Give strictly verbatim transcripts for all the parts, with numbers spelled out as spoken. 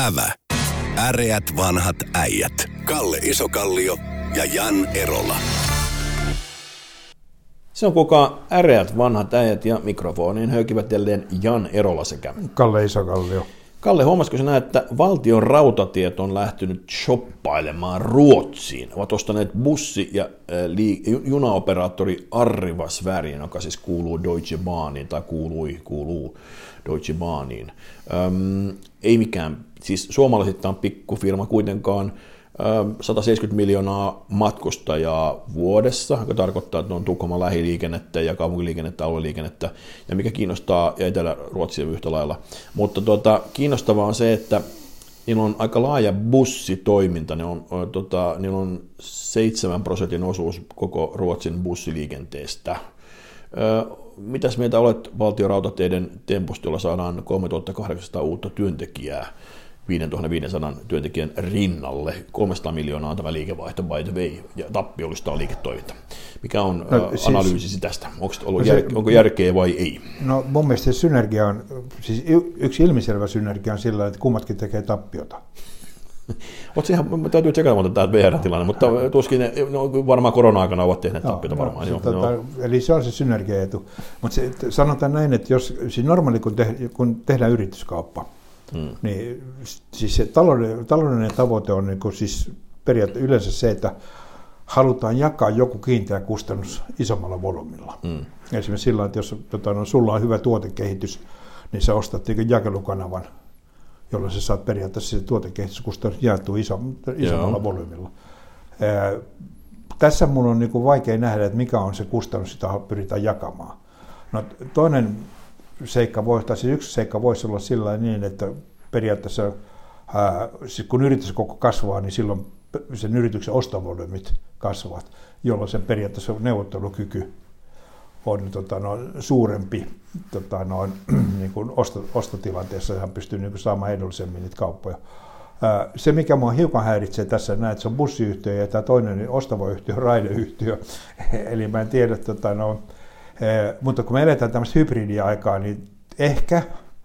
Ävä. Äreät vanhat äijät. Kalle Isokallio ja Jan Erola. Se on kuka äreät vanhat äijät ja mikrofoniin höykivät jälleen Jan Erola sekä Kalle Isokallio. Kalle, huomasiko sinä, että valtion rautatiet on lähtenyt shoppailemaan Ruotsiin? Ovat ostaneet bussi- ja äh, junaoperaattori Arriva Sverige, joka siis kuuluu Deutsche Bahniin, tai kuului, kuuluu Deutsche Bahniin. Öm, ei mikään, siis suomalaisittain pikkufirma kuitenkaan, sata seitsemänkymmentä miljoonaa matkustajaa vuodessa, joka tarkoittaa, että on Tukholman lähiliikennettä ja kaupunkiliikennettä, alueliikennettä, ja mikä kiinnostaa, ja Etelä-Ruotsia yhtä lailla. Mutta tuota, kiinnostavaa on se, että niillä on aika laaja bussitoiminta, ne on, tota, niillä on seitsemän prosentin osuus koko Ruotsin bussiliikenteestä. Mitäs mieltä olet valtion rautateiden tempusta, jolla saadaan kolmetuhattakahdeksansataa uutta työntekijää viisituhattaviisisataa työntekijän rinnalle? kolmesataa miljoonaa on tämä liikevaihto by the way, ja tappiollista on liiketoiminta. Mikä on no, siis, analyysisi tästä? Onko, ollut se, jär, onko järkeä vai ei? No mun mielestä se synergia on, siis yksi ilmiselvä synergia on sillä, että kummatkin tekee tappiota. Oletko ihan, täytyy tsekata monta tämä V R-tilanne, mutta tuskin ne, no, varmaan korona-aikana ovat tehneet tappiota no, varmaan. No, joo, se, no. tota, eli se on se synergiaetu. Mutta sanotaan näin, että jos siis normaali kun, te, kun tehdään yrityskauppa, Hmm. niin siis se taloudellinen, taloudellinen tavoite on niin kuin siis periaatteessa yleensä se, että halutaan jakaa joku kiinteä kustannus isommalla volyymilla. Hmm. Esimerkiksi sillä, että jos tota, no, sulla on hyvä tuotekehitys, niin sä ostat jakelukanavan, jolloin sä saat periaatteessa se tuotekehityskustannus jaettua iso, isommalla Joo. volyymilla. Ää, tässä mun on niin kuin vaikea nähdä, että mikä on se kustannus, jota pyritään jakamaan. No, toinen seikka voi, tai siis yksi seikka voisi olla sillä niin, että periaatteessa ää, kun yritys koko kasvaa, niin silloin sen yrityksen ostovolyymit kasvavat, jolloin sen periaatteessa neuvottelukyky on tota, no, suurempi tota, no, niin kuin osto, ostotilanteessa, ja hän pystyy niin kuin saamaan edullisemmin niitä kauppoja. Ää, se, mikä minua hiukan häiritsee tässä, näet, että se on bussiyhtiö ja tämä toinen niin ostava yhtiö on raideyhtiö, eli mä en tiedä, tota, no, mutta kun me eletään tämmöistä hybridiaikaa, niin ehkä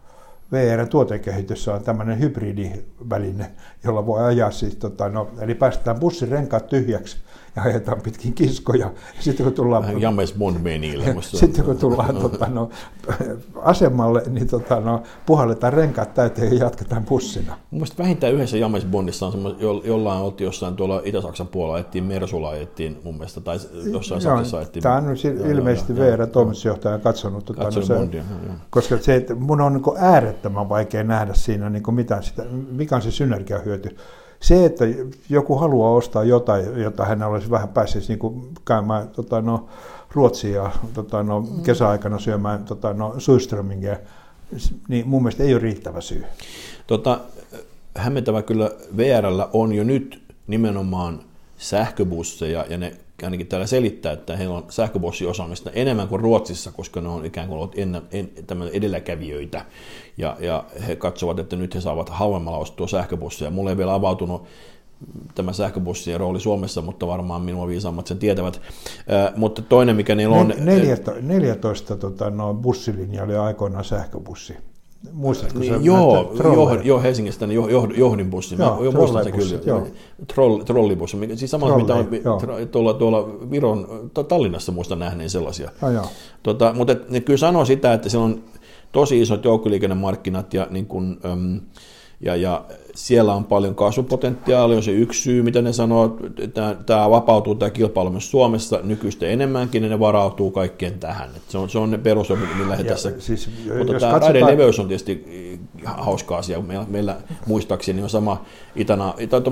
V R-tuotekehitys on tämmöinen hybridiväline, jolla voi ajaa siis, tota, no, eli päästetään bussin renkaat tyhjäksi ja ajetaan pitkin kiskoja. Sitten kun tullaan, James Bond-meinille. Sitten kun tullaan tota, no, asemalle, niin tota, no, puhalletaan renkaat täyteen ja jatketaan bussina. Mun mielestä vähintään yhdessä James Bondissa on semmoinen, jo, jollain oltiin jossain tuolla Itä-Saksan puolella, ajettiin Mersulla, ajettiin mun mielestä, tai jossain Saksassa ajettiin. Tämä on joo, ilmeisesti V R-toimitusjohtaja katsonut, tota, katsonut no, se, Bondia, jo, jo. koska se, että mun on niin kuin äärettömän vaikea nähdä siinä, niin kuin mitään sitä, mikä on se synergiahyöty. Se, että joku haluaa ostaa jotain, jota hän olisi vähän päässyt niin kuin käymään tota, no, Ruotsia tota, no, kesäaikana syömään tota, no, Suiströmingiä, niin mun mielestä ei ole riittävä syy. Tota, hämmentävä kyllä V R:llä on jo nyt nimenomaan sähköbusseja, ja ne ainakin täällä selittää, että heillä on sähköbussiosaamista enemmän kuin Ruotsissa, koska ne on ikään kuin ollut ennen, en, edelläkävijöitä, ja, ja he katsovat, että nyt he saavat halvemmalla ostua sähköbusseja. Mulle ei vielä avautunut tämä sähköbussien rooli Suomessa, mutta varmaan minua viisaammat sen tietävät. Äh, mutta toinen, mikä niillä on... neljätoista, neljätoista tota, no, bussilinja oli aikoinaan sähköbussi. Muistatko niin, se? Joo, joh, joo, Helsingistä niin joh, johdinbussi. Joo, jo muistan se kyllä. Joo. Troll, trollibussi. Siis sama, mitä on tuolla, tuolla Viron, Tallinnassa muistan nähneen sellaisia. No, joo. Tota, mutta ne kyllä sanoo sitä, että siellä on tosi isot joukkoliikennemarkkinat ja niin kuin, äm, Ja, ja siellä on paljon kasvupotentiaalia, on se yksi syy, mitä ne sanoo, että tämä vapautuu tämä kilpailu myös Suomessa nykyistä enemmänkin, niin ne varautuu kaikkeen tähän. Et se, on, se on ne perus, millä he ja tässä... Siis, mutta tämä katsotaan... raiden leveys on tietysti hauska asia. Meillä, meillä muistaakseni on sama Itana,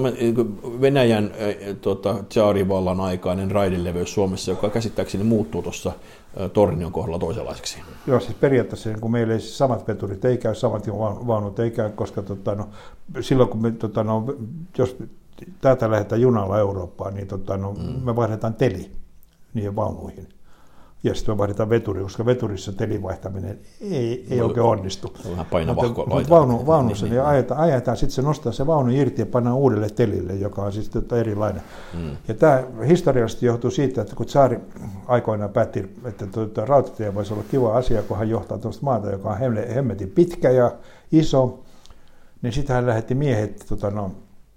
Venäjän tota, tsaarivallan aikainen raiden leveys Suomessa, joka käsittääkseni muuttuu tuossa Tornion kohdalla toisenlaiseksi. Joo, siis periaatteessa kun meillä ei siis samat veturit ei käy, samat vaunut ei käy, koska tota, no, silloin kun me, tota, no, jos täältä lähdetään junalla Eurooppaan, niin tota, no, mm. me vaihdetaan teli niihin vaunuihin. Ja sitten me vaihdetaan veturi, koska veturissa telin vaihtaminen ei, ei no, oikein onnistu. Se on vähän painavahko laita. Vaunu, vaunussa niin, niin, niin ajetaan, ajetaan, sitten se nostaa se vaunu irti ja pannaan uudelle telille, joka on siis tota erilainen. Mm. Ja tämä historiallisesti johtuu siitä, että kun tsaari aikoinaan päätti, että tuota, rautatie voisi olla kiva asia, kun hän johtaa tuosta maata, joka on hemmetin pitkä ja iso, niin sitten hän lähetti miehet, tota, no,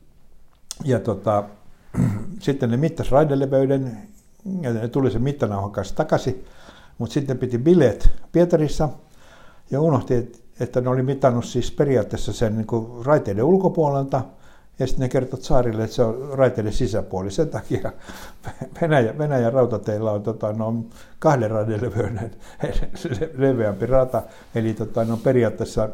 ja tota, sitten ne mittasi raideleveyden, ja ne tuli sen mittanauhan kanssa takaisin, mutta sitten piti bileet Pietarissa, ja unohti, että ne oli mitannut siis periaatteessa sen niin kuin raiteiden ulkopuolelta, ja sitten ne kertoi saarille, että se on raiteiden sisäpuoli. Sen takia Venäjä, Venäjän rautateillä on tota, no, kahden raiden leveyden leveämpi rata. Eli tota, no, periaatteessa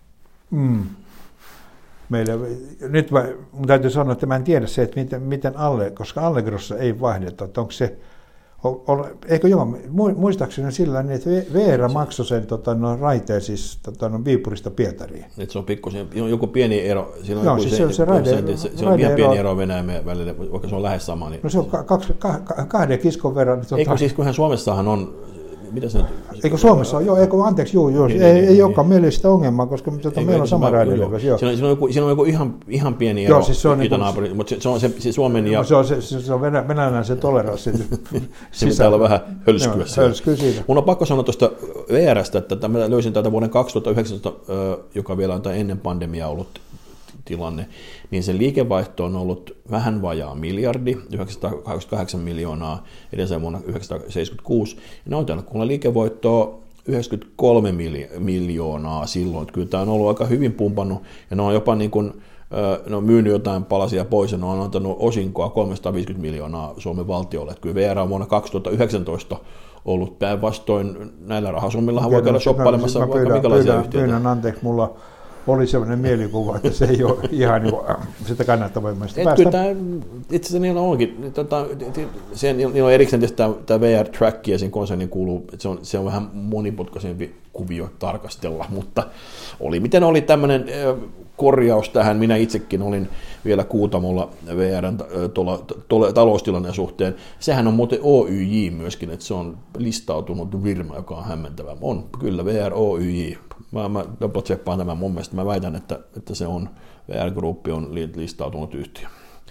mm, meillä, nyt mä, mun täytyy sanoa, että mä en tiedä se, että miten, miten alle, koska Allegrossa ei vaihdeta, että onko se, on, eikö joo, muistaakseni sillä niin, että Veera maksoi sen tota, no, raiteen siis tota, no, Viipurista Pietariin. Et se on pikkusen, joku pieni ero, siinä on joo, joku siis se, se, se, raide, se, se, se on ihan pieni ero Venäjän välillä, vaikka se on lähes sama. Niin, no se on kaksi, kahden kiskon verran. Niin, eikö tota, siis, kunhan Suomessahan on, mitä se nyt? Eikö Suomessa ole? Joo, eikö, anteeksi, joo, joo. Niin, ei, niin, ei niin, olekaan meillä sitä ongelmaa, koska tota, meillä on sama raidelevä. Siinä, siinä on joku, siinä on joku ihan, ihan pieni ero, joo, siis se on itänaapuri, niin, mutta se, se on se, se Suomen ja... No, se on, se, se on venä, venäläinen toleranssi. Se pitää olla vähän hölskyä. Hölskyä siinä. Mun on pakko sanoa tuosta V R:stä, että mä löysin täältä vuoden kaksituhattayhdeksäntoista, joka vielä on tämä ennen pandemiaa ollut tilanne, niin sen liikevaihto on ollut vähän vajaa miljardi, yhdeksänsataakaksikymmentäkahdeksan miljoonaa edellisen vuonna yhdeksänsataaseitsemänkymmentäkuusi. Ja ne on täällä kuulla liikevoittoa yhdeksänkymmentäkolme miljoonaa silloin. Kyllä tämä on ollut aika hyvin pumpannut, ja ne on jopa niin kuin, ne on myynyt jotain palasia pois, ja ne on antanut osinkoa kolmesataaviisikymmentä miljoonaa Suomen valtiolle. Että kyllä V R on vuonna kaksituhattayhdeksäntoista ollut päinvastoin näillä rahasummillahan voi käydä shoppailemassa vaikka pyydän, minkälaisia pyydän, yhtiöitä. Pyydän anteeksi, mulla oli sellainen mielikuva, että se ei ole ihan niin kuin, sitä kannattavoimaista päästä. Kyllä tämä, itse asiassa niillä onkin, tota, se, niillä on erikseen tämä, tämä V R-track ja sen konsernin kuuluu, että se on, se on vähän monimutkaisempi kuvio tarkastella, mutta oli miten oli tämmöinen korjaus tähän, minä itsekin olin vielä Kuutamolla V R:n taloustilanteen suhteen. Sehän on muuten O Y J myöskin, että se on listautunut firma, joka on hämmentävä. On kyllä V R O Y J. Mä, mä double-checkpaan tämän mun mielestä. Mä väitän, että, että se on, V R-gruppi on listautunut yhtiö.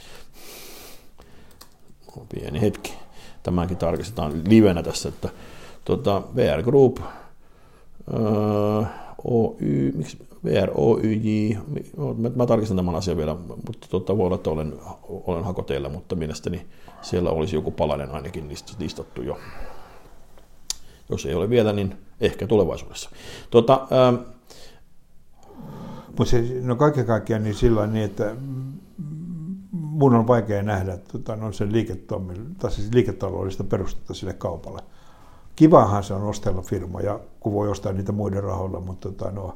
Pieni hetki. Tämänkin tarkistetaan livenä tässä, että tuota, V R Group, öö, O Y, miksi V R O Y J, mä, mä tarkistan tämän asian vielä, mutta tuota, voi olla, että olen, olen hakoteilla, mutta mielestäni siellä olisi joku palanen ainakin listattu jo. Jos ei ole vielä, niin ehkä tulevaisuudessa. Tuota, ää... Mutta no kaiken kaikkiaan niin sillä niin, että mun on vaikea nähdä tuota, no sen siis liiketaloudellista perustetta sille kaupalle. Kivahan se on ostella firmoja, kun voi ostaa niitä muiden rahoilla, mutta tota, no...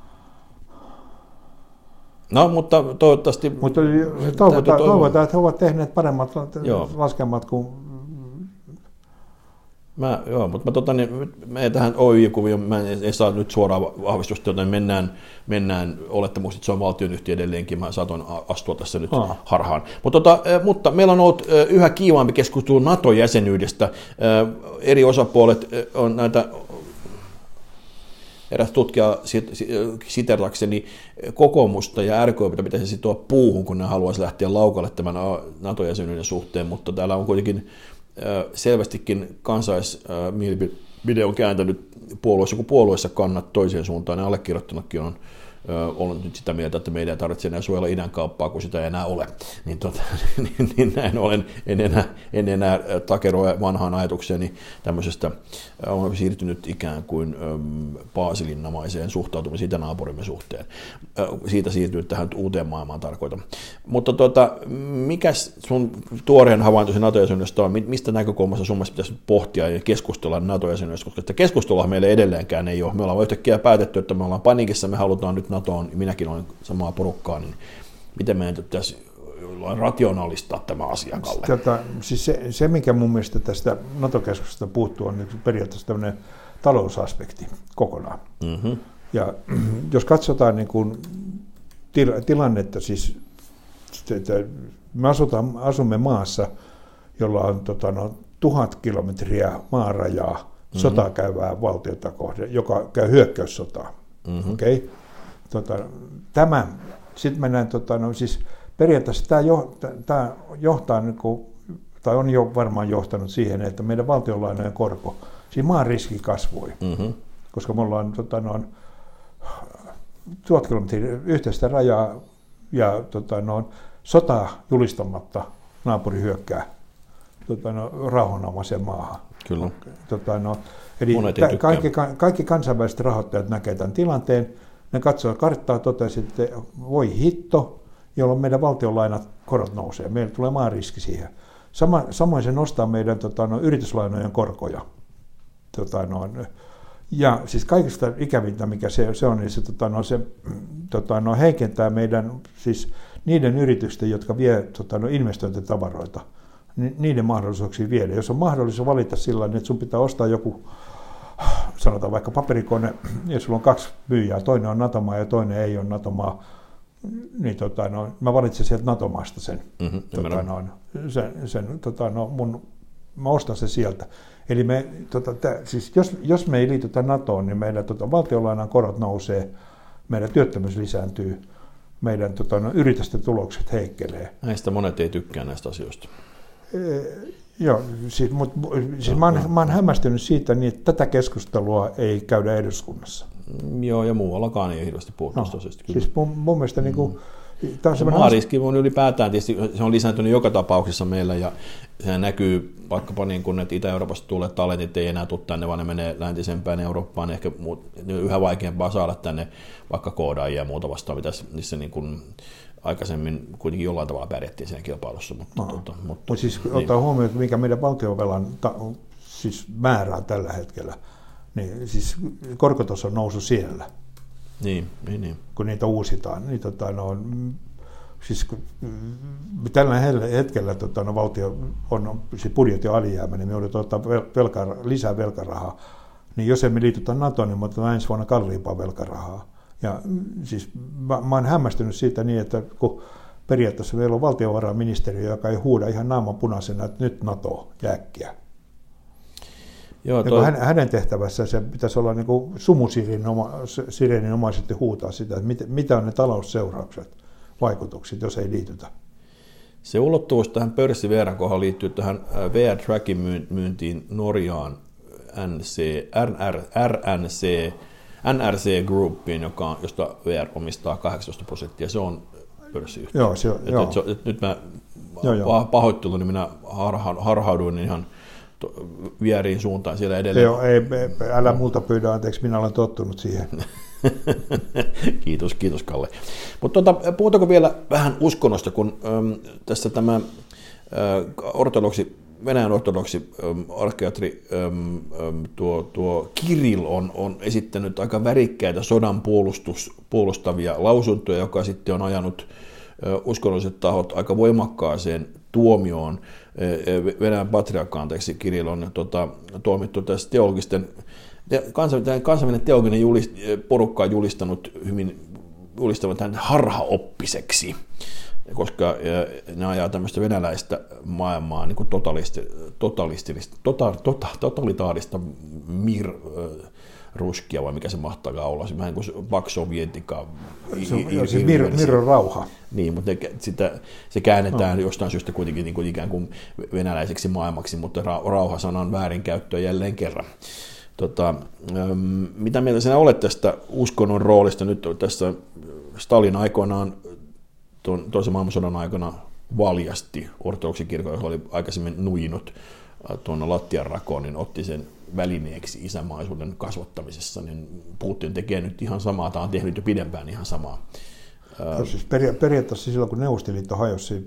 No, mutta toivottavasti... Mutta toivotaan, toivotaan, että he ovat tehneet paremmat Joo. laskelmat kuin... Mä, joo, mutta mä, tota, niin, mä tähän O Y J-kuvioon, mä en, en saa nyt suoraan vahvistusta, joten mennään, mennään olettamusta, että se on valtionyhtiö edelleenkin, mä saatoin astua tässä nyt ah. harhaan. Mutta, tota, mutta meillä on ollut yhä kiivaampi keskustelu NATO-jäsenyydestä. Eri osapuolet on näitä, eräs tutkija sitertakseni kokoomusta ja R K P:tä pitäisi sitoa puuhun, kun ne haluaisi lähteä laukalle tämän NATO-jäsenyyden suhteen, mutta täällä on kuitenkin selvästikin kansalaismielipide on kääntänyt puolueessa, kun puolueessa kannat toiseen suuntaan, ja allekirjoittanutkin on ollut nyt sitä mieltä, että meidän ei tarvitse enää suojella idän kauppaa, kun sitä ei enää ole. Niin, tota, niin, niin näin ollen en enää, en enää takeroa vanhaan ajatukseeni tämmöisestä, on siirtynyt ikään kuin paasilinnamaiseen suhtautumiseen itänaapurimme suhteen. Siitä siirtyy tähän uuteen maailmaan tarkoitan. Mutta tota, mikäs sun tuoreen havaintosi NATO-jäsenyydestä on, mistä näkökulmasta sun mielestä pitäisi pohtia ja keskustella NATO-jäsenyydestä, koska sitä keskustelua meille edelleenkään ei ole. Me ollaan yhtäkkiä päätetty, että me ollaan paniikissa, me halutaan nyt NATOon, minäkin olen samaa porukkaa, niin miten meidän pitäisi rationalistaa tämä asia, Kalle? Tota, siis se, se, mikä mun mielestä tästä NATO-keskustelusta puuttuu, on periaatteessa tämmöinen talousaspekti kokonaan. Mm-hmm. Ja jos katsotaan niin kuin til, tilannetta, siis että me asutaan, asumme maassa, jolla on tota, no, tuhat kilometriä maarajaa mm-hmm. sotaa käyvää valtiota kohden, joka käy hyökkäyssotaa. Mm-hmm. Okay? Tota, tämä, sitten mennään, tota, no, siis periaatteessa tämä, jo, tämä johtaa, niin kuin, tai on jo varmaan johtanut siihen, että meidän valtionlainojen korko, siinä maan riski kasvoi, mm-hmm. koska me ollaan, tota, no, tuhat kilometriä yhteistä rajaa ja tota, no, sota julistamatta naapuri hyökkää tota, no, rauhanomaiseen maahan. Kyllä. Tota, no, eli ta, kaikki, kaikki kansainväliset rahoittajat näkevät tämän tilanteen. Ne katsovat karttaa, totesivat, että voi hitto, jolloin meidän valtionlainat korot nousee. Meillä tulee maariski siihen. Sama, samoin se nostaa meidän tota, no, yrityslainojen korkoja. Tota, no, ja siis kaikista ikävintä, mikä se, se on, niin se, tota, no, se tota, no, heikentää meidän, siis niiden yritysten, jotka vie tota, no, investointitavaroita, niiden mahdollisuuksia viedä. Jos on mahdollisuus valita sillä että sun pitää ostaa joku, sanotaan vaikka paperikone, ja sulla on kaksi myyjää, toinen on NATO-maa ja toinen ei ole NATO-maa, niin tota, no, mä valitsen sieltä NATO-maasta sen. Mm-hmm, tota, no, sen, sen tota, no, mun, mä ostan sen sieltä. Eli me, tota, tää, siis jos, jos me ei liitytä NATOon, niin meidän tota, valtionlainan korot nousee, meidän työttömyys lisääntyy, meidän tota, no, yritysten tulokset heikkelee. Näistä monet ei tykkää näistä asioista. E, joo, siis, mut, siis no, mä, oon, no. mä oon hämmästynyt siitä, niin, että tätä keskustelua ei käydä eduskunnassa. Joo, ja muuallakaan ei hirveästi puhuttu no, asiasta. Siis mun, mun mielestä mm. niin kuin, se maariski on ylipäätään, tietysti se on lisääntynyt joka tapauksessa meillä, ja sehän näkyy vaikkapa niin kuin, että Itä-Euroopasta tulleet talentit ei enää tule tänne, vaan ne menee läntisempään Eurooppaan, ehkä yhä vaikeampaa saada tänne vaikka koodaajia ja muuta vastaan, missä niin kuin aikaisemmin kuitenkin jollain tavalla pärjättiin siinä kilpailussa. Mutta, no. tuota, mutta, Mut siis niin. ottaa huomioon, että mikä meidän valtionvelan ta- siis määrää tällä hetkellä, niin siis korkotaso on noussut siellä. Niin, niin, niin. Kun niitä uusitaan. Niin, tota, no, siis, tällä hetkellä tota, no, valtio on siis budjetti alijäämä, niin me joudutaan ottaa velka, lisää velkarahaa. Niin jos emme liitytä NATOon, niin me otetaan ensi vuonna kalliimpaa velkarahaa. Ja siis mä, mä oon hämmästynyt siitä niin, että kun periaatteessa meillä on valtiovarainministeriö, joka ei huuda ihan naaman punaisena, että nyt NATO jääkkiä. Joo, toi... hänen, hänen tehtävässä se pitäisi olla niin kuin sumusireeninomaisesti huutaa sitä, että mit, mitä on ne talousseuraukset, vaikutukset, jos ei liitytä. Se ulottuvuus tähän pörssiveeran kohdalla liittyy tähän V R-trackin myyntiin Norjaan N C, R N C, N R C Groupiin, joka, josta V R omistaa kahdeksantoista prosenttia. Se on pörssiyhtiö. Joo, se, et, joo. Et, et, et, nyt mä joo, pahoittelun, niin minä harha, harhauduin ihan vieriin suuntaan siellä edelleen. Joo, ei, älä multa pyydä anteeksi, minä olen tottunut siihen. Kiitos, kiitos Kalle. Mutta tuota, puhutaanko vielä vähän uskonnosta, kun äm, tässä tämä ä, ortodoksi, Venäjän ortodoksi äm, arkeatri äm, äm, tuo, tuo Kirill on, on esittänyt aika värikkäitä sodan puolustus, puolustavia lausuntoja, joka sitten on ajanut ä, uskonnolliset tahot aika voimakkaaseen tuomioon. Venäjän patriarkka, anteeksi, Kirill on tota, tuomittu tässä teologisten, kansainvälinen, kansainvälinen teologinen julist, porukka on julistanut hyvin julistanut hänet harhaoppiseksi, koska ne ajaa tämmöistä venäläistä maailmaa niin kuin totalistista, tota, tota, totalitaarista mir, ruskia, vai mikä se mahtaa olla, se vähän kuin Baksovietika. Se Mirron rauha. Niin, mutta ne, sitä, se käännetään no. jostain syystä kuitenkin niin kuin ikään kuin venäläiseksi maailmaksi, mutta rauhasanan väärinkäyttöä jälleen kerran. Tota, mitä mieltä sinä olet tästä uskonnon roolista? Nyt tässä Stalin aikoinaan, tuon toisen maailmansodan aikana valjasti ortodoksikirkon, joka oli aikaisemmin nuinut tuonne lattian rakoon, niin otti sen välineeksi isämaisuuden kasvattamisessa, niin Putin tekee nyt ihan samaa, tai on tehnyt jo pidempään ihan samaa. No, siis peria- periaatteessa silloin, kun Neuvostoliitto hajosi,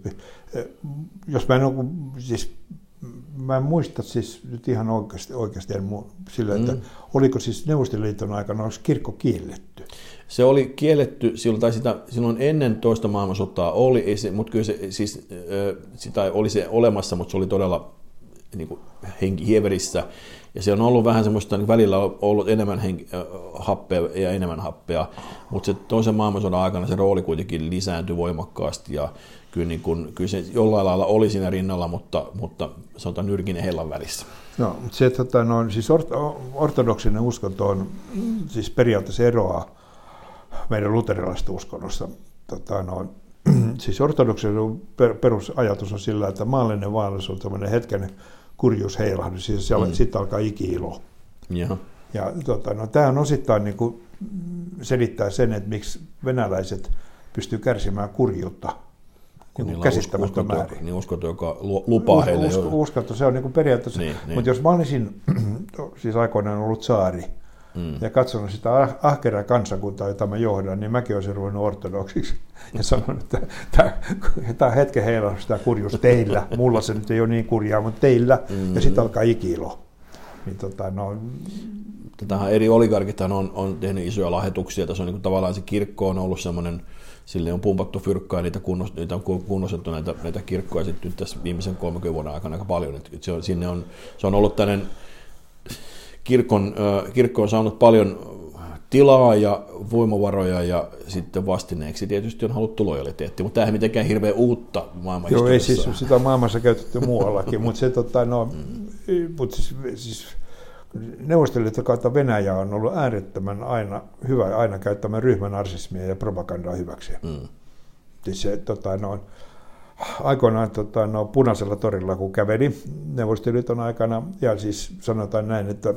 jos mä en, ole, siis, mä en muista siis nyt ihan oikeasti, oikeasti en mu- sillä, että mm. oliko siis Neuvostoliiton aikana, oliko kirkko kielletty? Se oli kielletty silloin, tai sitä, silloin ennen toista maailmansotaa oli, ei se, mutta kyllä se, siis, sitä oli se olemassa, mutta se oli todella niin kuin henki hieverissä. Ja se on ollut vähän semmoista, niin välillä on ollut enemmän henki, äh, happea ja enemmän happea, mutta se toisen maailmansodan aikana se rooli kuitenkin lisääntyi voimakkaasti ja kyllä, niin kun, kyllä se jollain lailla oli siinä rinnalla, mutta, mutta sanotaan nyrkin ja hellan välissä. No, mutta se, että no, siis ortodoksinen uskonto on siis periaatteessa eroaa meidän luterilaisesta uskonnosta. Tota, no, siis ortodoksinen perusajatus on sillä, että maallinen vaelluus on tämmöinen hetken kurjuus heilahdus, siis mm. sitten alkaa iki-ilo. Jaha. Ja tota, no, tämä on osittain niin kuin, selittää sen, että miksi venäläiset pystyy kärsimään kurjuutta niin käsittämättä määrin. Niin uskonto, joka lupaa heille. Usko, uskonto, se on niin kuin periaatteessa. Niin, niin. Mutta jos mä olisin siis aikoinaan ollut tsaari mm. ja katsonut sitä ahkeraa kansakuntaa, jota mä johdan, niin mäkin olisin ruvennut ortodoksiksi ja sanonut, että tämä on hetken heilannut sitä kurjuus teillä. Mulla se nyt ei ole niin kurjaa, mutta teillä. Mm. Ja sitten alkaa ikilo. Niin, tota, no, Tätähän eri oligarkit on, on tehnyt isoja lahjoituksia. Tässä on niin kuin, tavallaan se kirkko on ollut semmoinen, sille on pumpattu fyrkkaa ja niitä, kunnos, niitä on kunnostettu näitä, näitä kirkkoja sitten nyt tässä viimeisen kolmenkymmenen vuoden aikana aika paljon. Et se, on, sinne on, se on ollut tämmöinen, kirkon, äh, kirkko on saanut paljon tilaa ja voimavaroja ja sitten vastineeksi tietysti on haluttu lojaliteetti, mutta tämä ei mitenkään hirveän uutta maailmanhistoriassa. Joo, ei siis sitä on maailmassa käytetty muuallakin, mutta se tota, no, mm. mut siis, siis Neuvostoliiton kautta Venäjä on ollut äärettömän aina hyvä aina käyttämään ryhmänarsismia ja propagandaa hyväksi. Mm. Siis se, tota, no, aikoinaan tota, no, Punaisella torilla, kun käveli Neuvostoliiton aikana, ja siis sanotaan näin, että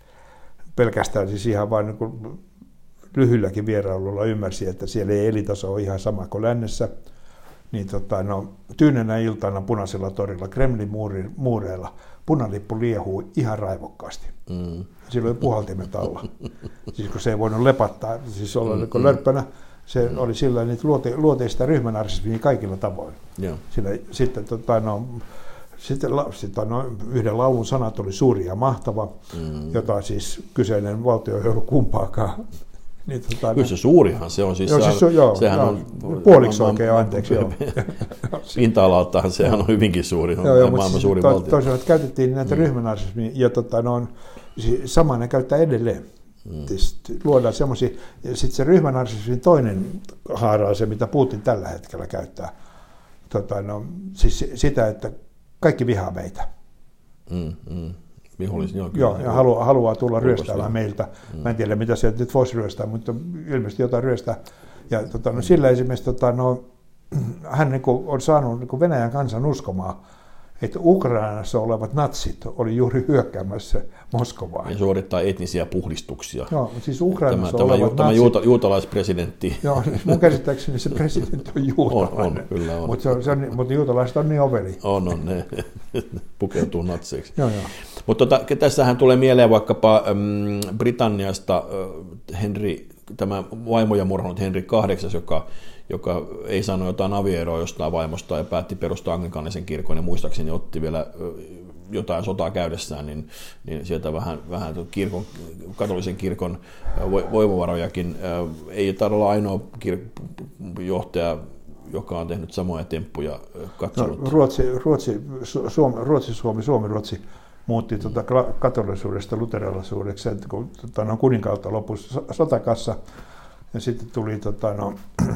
pelkästään siis ihan vain niin kuin lyhyelläkin vierailulla ymmärsi, että siellä ei elitaso ole ihan sama kuin lännessä, niin tota, no, tyynenä iltana Punaisella torilla Kremlin muuri, muureilla punalippu liehuu ihan raivokkaasti. Mm. Silloin puhaltimet alla. Siis kun se ei voinut lepattaa, siis olla mm, mm. lörppänä, se mm. oli sillä niitä luote, luoteista ryhmänarsismia kaikilla tavoin. Yeah. Sillä, sitten tota, no, sitten, sitten no, yhden laulun sanat oli suuri ja mahtava, mm. jota siis kyseinen valtio ei ollut kumpaakaan. Niin, tota, Kyllä se suurihan se on. Siis joo, siis, joo, sehän joo, on puoliksi oikein, anteeksi. Pinta-alaltaan sehän on hyvinkin suuri, on joo, joo, maailman siis, suurin to, valtio. Toisaalta käytettiin näitä mm. ryhmänarsismia, ja tota, no, sama ne käyttää edelleen. Mm. Luodaan semmoisia, ja sitten se ryhmänarsismin toinen haara on se, mitä Putin tällä hetkellä käyttää. Tota, no, siis sitä, että kaikki vihaa meitä. Mm, mm. Vihollis, joo, joo, ja haluaa, haluaa tulla ryöstämään meiltä. Mm. Mä en tiedä, mitä sieltä nyt voisi ryöstää, mutta ilmeisesti jotain ryöstää. Ja tota, no, sillä esimerkiksi tota, no, hän niin kuin, on saanut niin kuin Venäjän kansan uskomaan, että Ukrainassa olevat natsit oli juuri hyökkäämässä Moskovaan. Ja suorittaa etnisiä puhdistuksia. Joo, siis Ukrainassa tämä, olevat tämä natsit... juuta, juutalaispresidentti. Joo, mun käsittääkseni se presidentti on juutalainen. On, on kyllä on. Mutta, se on, se on, mutta juutalaiset on niin oveli. On, on, ne pukeutuu natseiksi. Joo, joo. Mutta tota, tässähän tulee mieleen vaikkapa ähm, Britanniasta äh, Henry, tämä vaimoja murhannut Henry kahdeksas, joka, joka ei saanut jotain avieroa jostain vaimosta ja päätti perustaa anglikaanisen kirkon ja muistaakseni otti vielä äh, jotain sotaa käydessään, niin, niin sieltä vähän, vähän kirkon, katolisen kirkon äh, voimavarojakin. Äh, ei tarvitse olla ainoa kir- johtaja, joka on tehnyt samoja temppuja katsonut. No, Ruotsi, Ruotsi, Suomi, Ruotsi, Suomi, Suomi, Ruotsi muutti tuota katolisuudesta luterilaisuudeksi, että kun tota, no, kuninkaalta loppui sotakassa ja sitten tuli tota, no,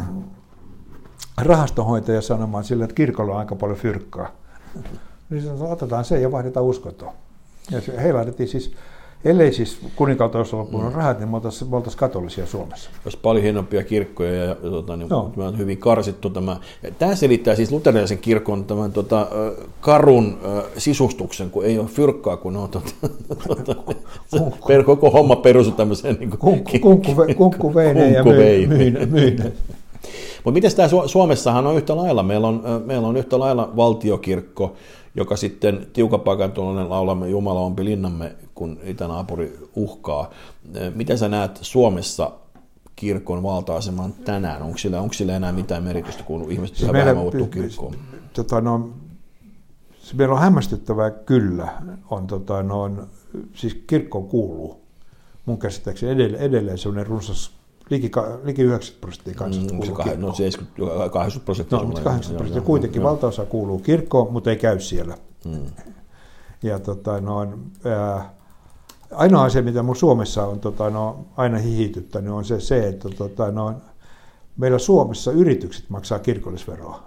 rahastonhoitaja sanomaan sille, että kirkolla on aika paljon fyrkkaa. Niin sanotaan, otetaan se ja vaihdetaan uskontoa. Ja se heilahdettiin siis, ellei siis kuninkaalta olisi loppunut mm. rahat, niin me oltaisiin, me oltaisiin katolisia Suomessa. Olisi paljon hienompia kirkkoja ja, ja tota, niin, on hyvin karsittu tämä. Tämä selittää siis luterilaisen kirkon tämän tota, karun äh, sisustuksen, kun ei ole fyrkkaa, kun on tota, tota, per, koko homma perustuu tämmöiseen niin kunkkuveineen ja myyneen. Mutta miten tämä Suomessahan on yhtä lailla? Meillä on, meillä on yhtä lailla valtiokirkko, joka sitten tiukapaikan tuollainen laulamme Jumala ompi linnamme, kun itänaapuri uhkaa. Miten sä näet Suomessa kirkon valta-aseman tänään? Onko sillä, onko sillä enää mitään merkitystä, kun ihmiset yhä vähemmän muuttuu kirkkoon? Tota, no, se meillä on hämmästyttävää kyllä. On, tota, no, on, siis kirkkoon kuuluu. Mun käsittääkseni edelleen, edelleen sellainen runsas Liki, liki yhdeksänkymmentä prosenttia kansasta kuuluu kirkkoon. No seitsemänkymmentä, kahdeksankymmentä prosenttia. No, kahdeksankymmentä prosenttia. Kuitenkin valtaosa kuuluu kirkkoon, mutta ei käy siellä. Hmm. Ja tota, no, ää, ainoa asia, mitä mun Suomessa on tota, no, aina hihityttänyt, on se, se että tota, no, meillä Suomessa yritykset maksaa kirkollisveroa.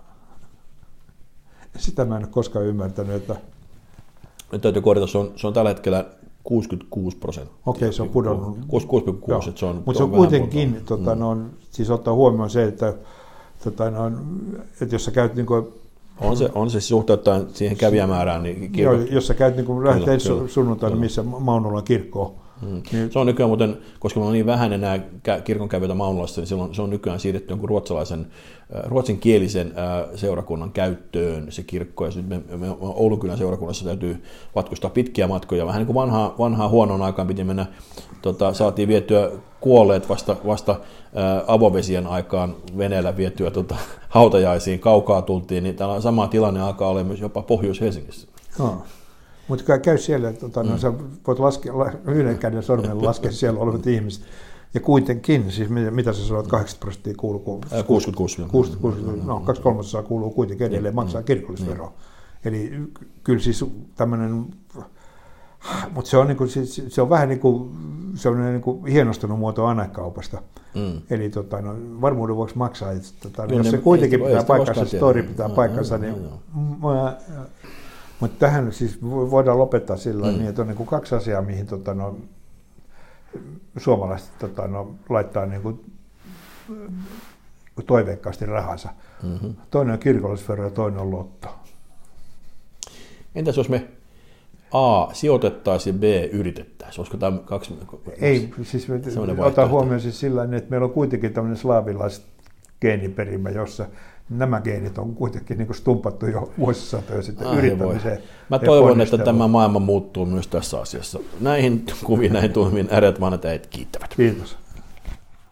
Sitä mä en ole koskaan ymmärtänyt. Että... Nyt täytyy korjata, se on, se on tällä hetkellä kuusikymmentäkuusi prosenttia. Okei, se on pudonnut. kuusi pilkku kuusi, että se on. Mutta se on kuitenkin, tota, mm. no, siis ottaa huomioon se, että, tota, no, että jos sä käyt niin kuin, on se, on se suhteuttaen siihen kävijämäärään. Niin joo, jos sä käyt niin kuin lähtee sunnuntaina, missä Maunulan kirkkoon, Hmm. Niin. Se on nykyään muuten, koska me on niin vähän enää kirkonkävijöitä Maunulassa, niin silloin, se on nykyään siirretty jonkun ruotsalaisen, ruotsinkielisen seurakunnan käyttöön se kirkko, ja me, me Oulunkylän seurakunnassa täytyy matkustaa pitkiä matkoja, vähän niin kuin vanhaa, vanhaa huonoon aikaan piti mennä, tota, saatiin vietyä kuolleet vasta, vasta ää, avovesien aikaan veneellä vietyä tota, hautajaisiin, kaukaa tultiin, niin tällä sama tilanne alkaa olla myös jopa Pohjois-Helsingissä. No. Mutta käy siellä, tota, mm. no, sä voit laskea, yhden käden sormella laskea siellä olevat ihmiset. Ja kuitenkin, siis mitä sä sanoit, kahdeksankymmentä prosenttia kuuluu, kuusikymmentäkuusi, kuusikymmentäkuusi, no kaksi kolmasosaa kuuluu kuitenkin edelleen maksaa kirkollisveroa. Mm. Eli kyllä siis tämmöinen, mutta se on, niinku, siis, se on vähän niin kuin, sellainen niin kuin hienostunut muoto anekaupasta. Mm. Eli tota, no, varmuuden vuoksi maksaa, että tota, no, jos se kuitenkin pitää paikkansa, se story pitää no, paikkansa, no, niin... No, no. Mutta tähän siis voidaan lopettaa sillä mm. niin, että on niin kuin kaksi asiaa, mihin tota, no, suomalaiset tota, no, laittaa niin kuin, toiveikkaasti rahansa. Mm-hmm. Toinen on kirkollisvero ja toinen on lotto. Entäs jos me A, sijoitettaisiin ja B, yritettäisiin? Olisiko tämä kaksi? Ei, siis otan huomioon siis sillä että meillä on kuitenkin tämmöinen slaavilaiset geeniperimä, jossa nämä geenit on kuitenkin niin kuin stumpattu jo vuosisatoja sitten ah, yrittämiseen. Mä toivon, että tämä maailma muuttuu myös tässä asiassa. Näihin kuviin, näihin tuomiin äreät vanhat äijät kiittävät. Kiitos.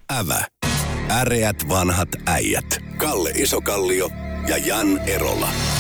Ävä. Äreät vanhat äijät. Kalle Isokallio ja Jan Erola.